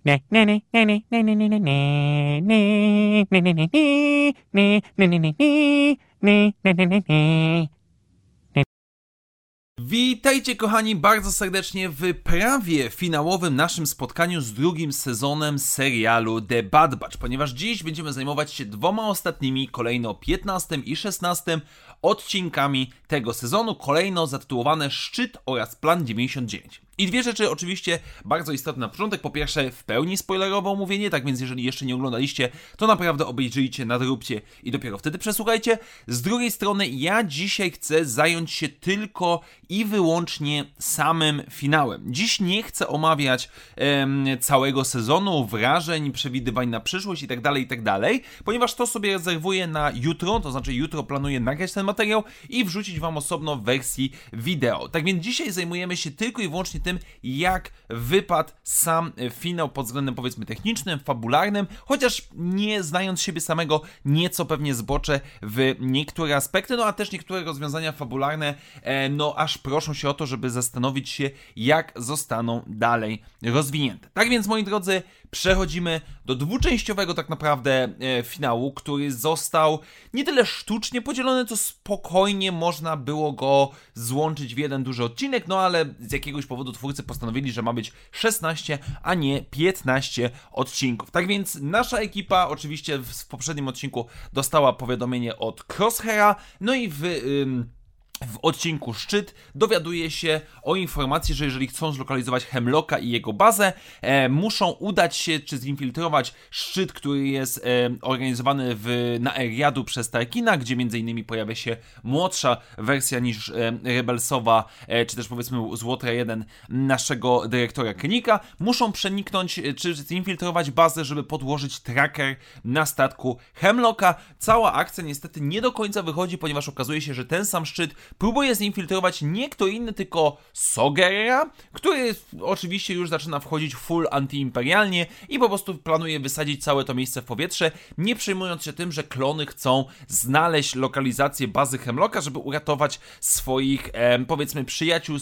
Witajcie kochani bardzo serdecznie w prawie finałowym naszym spotkaniu z drugim sezonem serialu The Bad Batch, ponieważ dziś będziemy zajmować się dwoma ostatnimi, kolejno 15 i 16 odcinkami tego sezonu, kolejno zatytułowane Szczyt oraz Plan 99. I dwie rzeczy oczywiście bardzo istotne na początek. Po pierwsze, w pełni spoilerowe omówienie, tak więc jeżeli jeszcze nie oglądaliście, to naprawdę obejrzyjcie, nadróbcie i dopiero wtedy przesłuchajcie. Z drugiej strony, ja dzisiaj chcę zająć się tylko i wyłącznie samym finałem. Dziś nie chcę omawiać całego sezonu, wrażeń, przewidywań na przyszłość itd., ponieważ to sobie rezerwuję na jutro, to znaczy jutro planuję nagrać ten materiał i wrzucić wam osobno w wersji wideo. Tak więc dzisiaj zajmujemy się tylko i wyłącznie tym, jak wypadł sam finał pod względem powiedzmy technicznym, fabularnym, chociaż nie znając siebie samego nieco pewnie zboczę w niektóre aspekty, no a też niektóre rozwiązania fabularne no aż proszą się o to, żeby zastanowić się, jak zostaną dalej rozwinięte. Tak więc moi drodzy, przechodzimy do dwuczęściowego tak naprawdę finału, który został nie tyle sztucznie podzielony, co spokojnie można było go złączyć w jeden duży odcinek, no ale z jakiegoś powodu twórcy postanowili, że ma być 16, a nie 15 odcinków. Tak więc nasza ekipa oczywiście w poprzednim odcinku dostała powiadomienie od Crosshaira, no i w odcinku Szczyt dowiaduje się o informacji, że jeżeli chcą zlokalizować Hemlocka i jego bazę, muszą udać się czy zinfiltrować szczyt, który jest organizowany na Eriadu przez Tarkina, gdzie m.in. pojawia się młodsza wersja niż rebelsowa, czy też powiedzmy Złotra 1 naszego dyrektora Krenika. Muszą przeniknąć czy zinfiltrować bazę, żeby podłożyć tracker na statku Hemlocka. Cała akcja niestety nie do końca wychodzi, ponieważ okazuje się, że ten sam szczyt próbuje zinfiltrować nie kto inny, tylko Saw Gerrera, który oczywiście już zaczyna wchodzić full antyimperialnie i po prostu planuje wysadzić całe to miejsce w powietrze, nie przejmując się tym, że klony chcą znaleźć lokalizację bazy Hemlocka, żeby uratować swoich, powiedzmy, przyjaciół,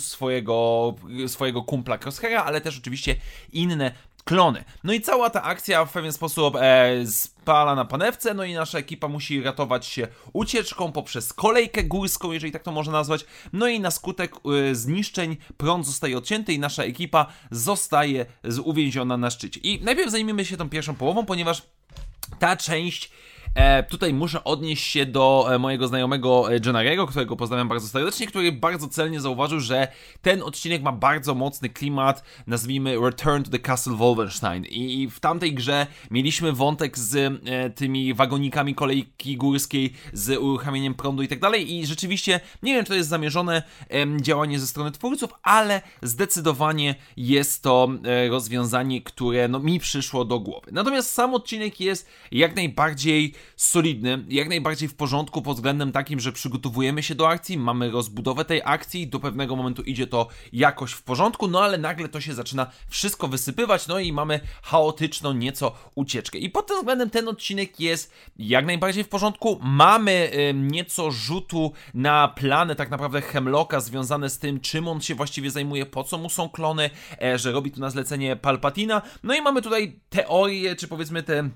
swojego kumpla Crosshaira, ale też oczywiście inne klony. No i cała ta akcja w pewien sposób spala na panewce, no i nasza ekipa musi ratować się ucieczką poprzez kolejkę górską, jeżeli tak to można nazwać, no i na skutek zniszczeń prąd zostaje odcięty i nasza ekipa zostaje uwięziona na szczycie. I najpierw zajmiemy się tą pierwszą połową, ponieważ ta część tutaj muszę odnieść się do mojego znajomego Gennarego, którego pozdrawiam bardzo serdecznie, który bardzo celnie zauważył, że ten odcinek ma bardzo mocny klimat, nazwijmy Return to the Castle Wolfenstein. I w tamtej grze mieliśmy wątek z tymi wagonikami kolejki górskiej, z uruchamieniem prądu i tak dalej. I rzeczywiście, nie wiem, czy to jest zamierzone działanie ze strony twórców, ale zdecydowanie jest to rozwiązanie, które no, mi przyszło do głowy. Natomiast sam odcinek jest jak najbardziej solidny, jak najbardziej w porządku pod względem takim, że przygotowujemy się do akcji, mamy rozbudowę tej akcji, do pewnego momentu idzie to jakoś w porządku, no ale nagle to się zaczyna wszystko wysypywać, no i mamy chaotyczną nieco ucieczkę. I pod tym względem ten odcinek jest jak najbardziej w porządku. Mamy nieco rzutu na plany tak naprawdę Hemlocka związane z tym, czym on się właściwie zajmuje, po co mu są klony, że robi tu na zlecenie Palpatina. No i mamy tutaj teorie, czy powiedzmy te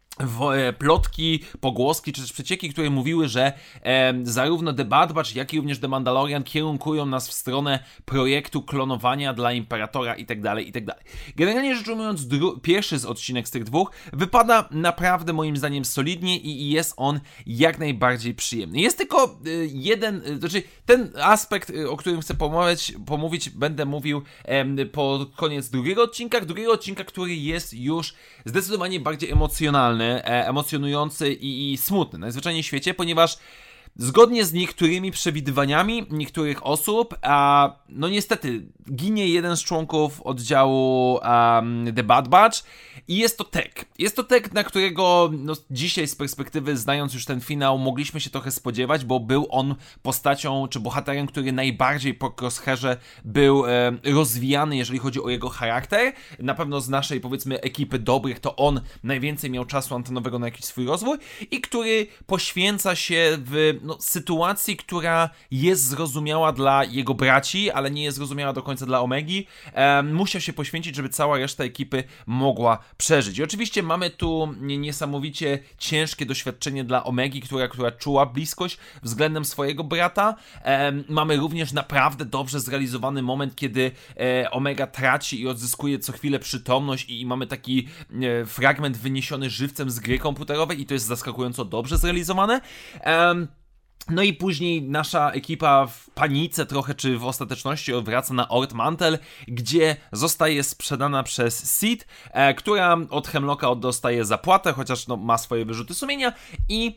plotki, pogłoski czy też przecieki, które mówiły, że zarówno The Bad Batch, jak i również The Mandalorian kierunkują nas w stronę projektu klonowania dla Imperatora itd. Generalnie rzecz ujmując, pierwszy odcinek z tych dwóch wypada naprawdę moim zdaniem solidnie i jest on jak najbardziej przyjemny. Jest tylko jeden, znaczy ten aspekt, o którym chcę pomówić, będę mówił pod koniec drugiego odcinka, który jest już zdecydowanie bardziej emocjonalny, emocjonujący i smutny najzwyczajniej w świecie, ponieważ zgodnie z niektórymi przewidywaniami niektórych osób, no niestety ginie jeden z członków oddziału The Bad Batch i jest to Tech. Jest to Tech, na którego no, dzisiaj z perspektywy, znając już ten finał, mogliśmy się trochę spodziewać, bo był on postacią czy bohaterem, który najbardziej po Crosshairze był rozwijany, jeżeli chodzi o jego charakter. Na pewno z naszej, powiedzmy, ekipy dobrych to on najwięcej miał czasu antenowego na jakiś swój rozwój i który poświęca się w sytuacji, która jest zrozumiała dla jego braci, ale nie jest zrozumiała do końca dla Omegi. Musiał się poświęcić, żeby cała reszta ekipy mogła przeżyć. I oczywiście mamy tu niesamowicie ciężkie doświadczenie dla Omegi, która czuła bliskość względem swojego brata. Mamy również naprawdę dobrze zrealizowany moment, kiedy Omega traci i odzyskuje co chwilę przytomność i mamy taki fragment wyniesiony żywcem z gry komputerowej i to jest zaskakująco dobrze zrealizowane. No i później nasza ekipa w panice trochę, czy w ostateczności wraca na Ord Mantell, gdzie zostaje sprzedana przez Sid, która od Hemlocka dostaje zapłatę, chociaż ma swoje wyrzuty sumienia i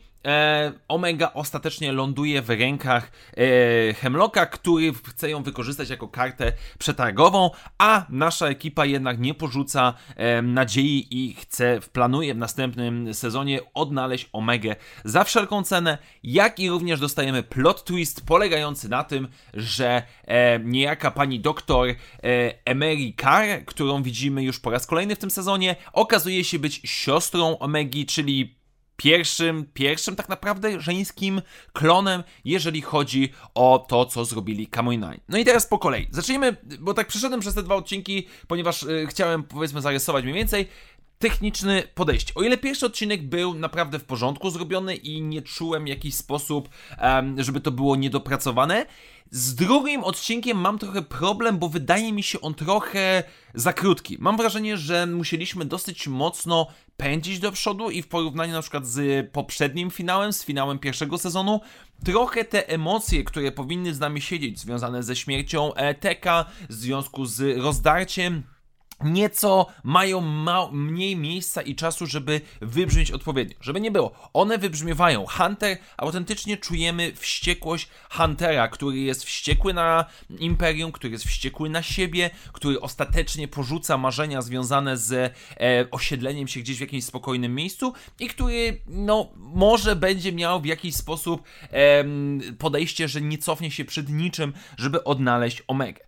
Omega ostatecznie ląduje w rękach Hemlocka, który chce ją wykorzystać jako kartę przetargową, a nasza ekipa jednak nie porzuca nadziei i planuje w następnym sezonie odnaleźć Omegę za wszelką cenę, jak i również dostajemy plot twist polegający na tym, że niejaka pani doktor Emery Carr, którą widzimy już po raz kolejny w tym sezonie, okazuje się być siostrą Omegi, czyli pierwszym tak naprawdę żeńskim klonem, jeżeli chodzi o to, co zrobili Kamui 9. No i teraz po kolei. Zacznijmy, bo tak przeszedłem przez te 2 odcinki, ponieważ chciałem, powiedzmy, zarysować mniej więcej techniczne podejście. O ile pierwszy odcinek był naprawdę w porządku zrobiony i nie czułem w jakiś sposób, żeby to było niedopracowane, z drugim odcinkiem mam trochę problem, bo wydaje mi się on trochę za krótki. Mam wrażenie, że musieliśmy dosyć mocno pędzić do przodu i w porównaniu na przykład z poprzednim finałem, z finałem pierwszego sezonu, trochę te emocje, które powinny z nami siedzieć, związane ze śmiercią Teka, w związku z rozdarciem, nieco mają mniej miejsca i czasu, żeby wybrzmieć odpowiednio. Żeby nie było. One wybrzmiewają. Hunter, autentycznie czujemy wściekłość Huntera, który jest wściekły na Imperium, który jest wściekły na siebie, który ostatecznie porzuca marzenia związane z osiedleniem się gdzieś w jakimś spokojnym miejscu i który, może będzie miał w jakiś sposób podejście, że nie cofnie się przed niczym, żeby odnaleźć Omegę.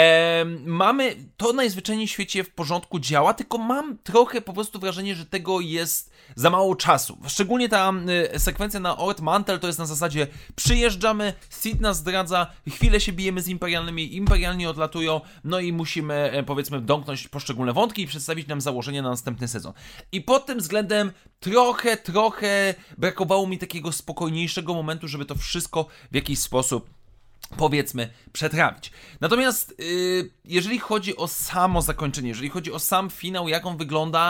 Mamy to najzwyczajniej w świecie w porządku działa, tylko mam trochę po prostu wrażenie, że tego jest za mało czasu. Szczególnie ta sekwencja na Ord Mantell to jest na zasadzie przyjeżdżamy, Sid nas zdradza, chwilę się bijemy z imperialnymi, imperialni odlatują, no i musimy, powiedzmy, domknąć poszczególne wątki i przedstawić nam założenia na następny sezon. I pod tym względem trochę brakowało mi takiego spokojniejszego momentu, żeby to wszystko w jakiś sposób, powiedzmy, przetrawić. Natomiast jeżeli chodzi o samo zakończenie, jeżeli chodzi o sam finał, jak on wygląda,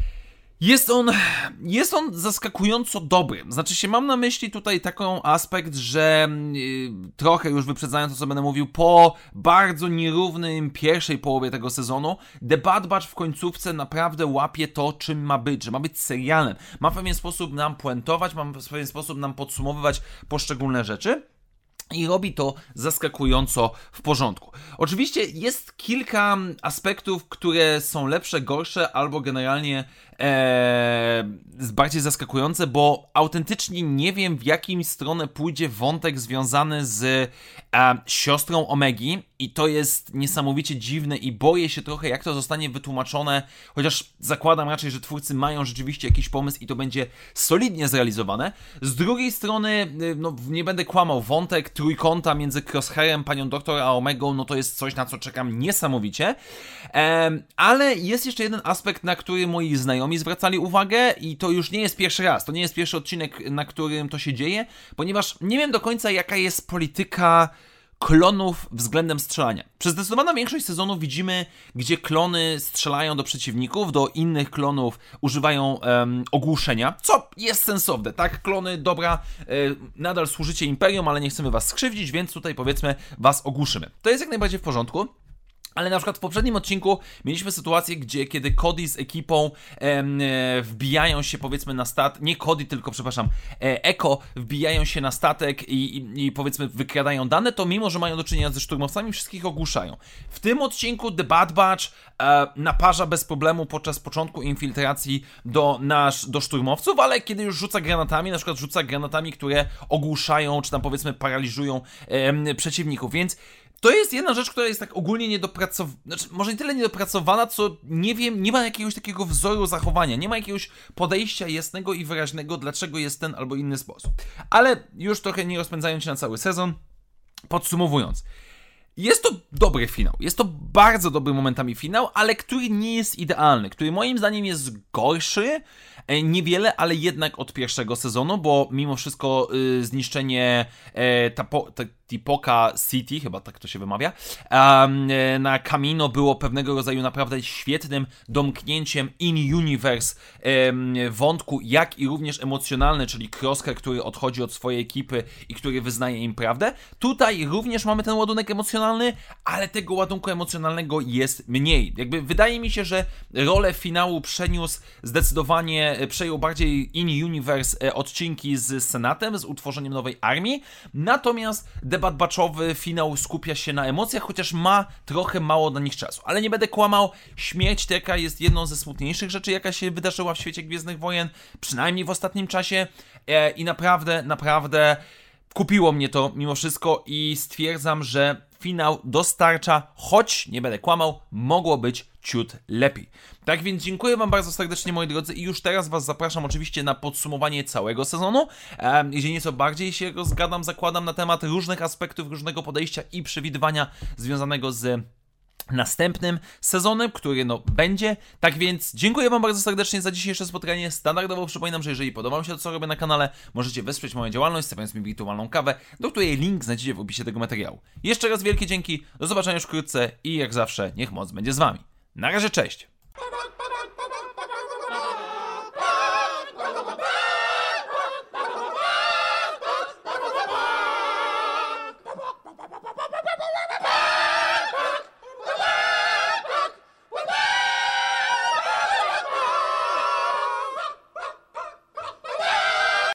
jest on zaskakująco dobry. Znaczy się, mam na myśli tutaj taki aspekt, że trochę już wyprzedzając to, co będę mówił, po bardzo nierównym pierwszej połowie tego sezonu, The Bad Batch w końcówce naprawdę łapie to, czym ma być, że ma być serialem. Ma w pewien sposób nam puentować, ma w pewien sposób nam podsumowywać poszczególne rzeczy. I robi to zaskakująco w porządku. Oczywiście jest kilka aspektów, które są lepsze, gorsze, albo generalnie bardziej zaskakujące, bo autentycznie nie wiem, w jakim stronę pójdzie wątek związany z siostrą Omegi i to jest niesamowicie dziwne i boję się trochę, jak to zostanie wytłumaczone, chociaż zakładam raczej, że twórcy mają rzeczywiście jakiś pomysł i to będzie solidnie zrealizowane. Z drugiej strony, nie będę kłamał, wątek trójkąta między Crosshairem, panią doktor a Omegą, to jest coś, na co czekam niesamowicie, ale jest jeszcze jeden aspekt, na który moi znajomi zwracali uwagę i to już nie jest pierwszy raz, to nie jest pierwszy odcinek, na którym to się dzieje, ponieważ nie wiem do końca, jaka jest polityka klonów względem strzelania. Przez zdecydowaną większość sezonu widzimy, gdzie klony strzelają do przeciwników, do innych klonów używają ogłuszenia, co jest sensowne, tak? Klony, dobra, nadal służycie Imperium, ale nie chcemy was skrzywdzić, więc tutaj, powiedzmy, was ogłuszymy. To jest jak najbardziej w porządku. Ale na przykład w poprzednim odcinku mieliśmy sytuację, kiedy Cody z ekipą wbijają się, powiedzmy, na statek, nie Cody, tylko, przepraszam, Echo wbijają się na statek i powiedzmy wykradają dane, to mimo, że mają do czynienia ze szturmowcami, wszystkich ogłuszają. W tym odcinku The Bad Batch naparza bez problemu podczas początku infiltracji do szturmowców, ale kiedy już rzuca granatami, na przykład rzuca granatami, które ogłuszają, czy tam, powiedzmy, paraliżują przeciwników, więc to jest jedna rzecz, która jest tak ogólnie niedopracowana, znaczy może nie tyle niedopracowana, co nie wiem, nie ma jakiegoś takiego wzoru zachowania, nie ma jakiegoś podejścia jasnego i wyraźnego, dlaczego jest ten albo inny sposób. Ale już trochę nie rozpędzając się na cały sezon, podsumowując, jest to dobry finał, jest to bardzo dobry momentami finał, ale który nie jest idealny, który moim zdaniem jest gorszy, niewiele, ale jednak od pierwszego sezonu, bo mimo wszystko zniszczenie Tipoca City, chyba tak to się wymawia, na Kamino było pewnego rodzaju naprawdę świetnym domknięciem in-universe wątku, jak i również emocjonalny, czyli Crosshair, który odchodzi od swojej ekipy i który wyznaje im prawdę. Tutaj również mamy ten ładunek emocjonalny, ale tego ładunku emocjonalnego jest mniej. Jakby wydaje mi się, że rolę finału przejął bardziej in-universe odcinki z Senatem, z utworzeniem nowej armii, natomiast The Bad Batchowy finał skupia się na emocjach, chociaż ma trochę mało na nich czasu. Ale nie będę kłamał, śmierć Teka jest jedną ze smutniejszych rzeczy, jaka się wydarzyła w świecie Gwiezdnych Wojen, przynajmniej w ostatnim czasie i naprawdę kupiło mnie to mimo wszystko i stwierdzam, że finał dostarcza, choć, nie będę kłamał, mogło być ciut lepiej. Tak więc dziękuję wam bardzo serdecznie, moi drodzy, i już teraz was zapraszam oczywiście na podsumowanie całego sezonu, gdzie nieco bardziej się rozgadam, zakładam na temat różnych aspektów, różnego podejścia i przewidywania związanego z następnym sezonem, który będzie. Tak więc dziękuję wam bardzo serdecznie za dzisiejsze spotkanie. Standardowo przypominam, że jeżeli podoba wam się to, co robię na kanale, możecie wesprzeć moją działalność, stawiając mi wirtualną kawę, do której link znajdziecie w opisie tego materiału. Jeszcze raz wielkie dzięki, do zobaczenia już wkrótce i jak zawsze niech moc będzie z wami. Na razie, cześć!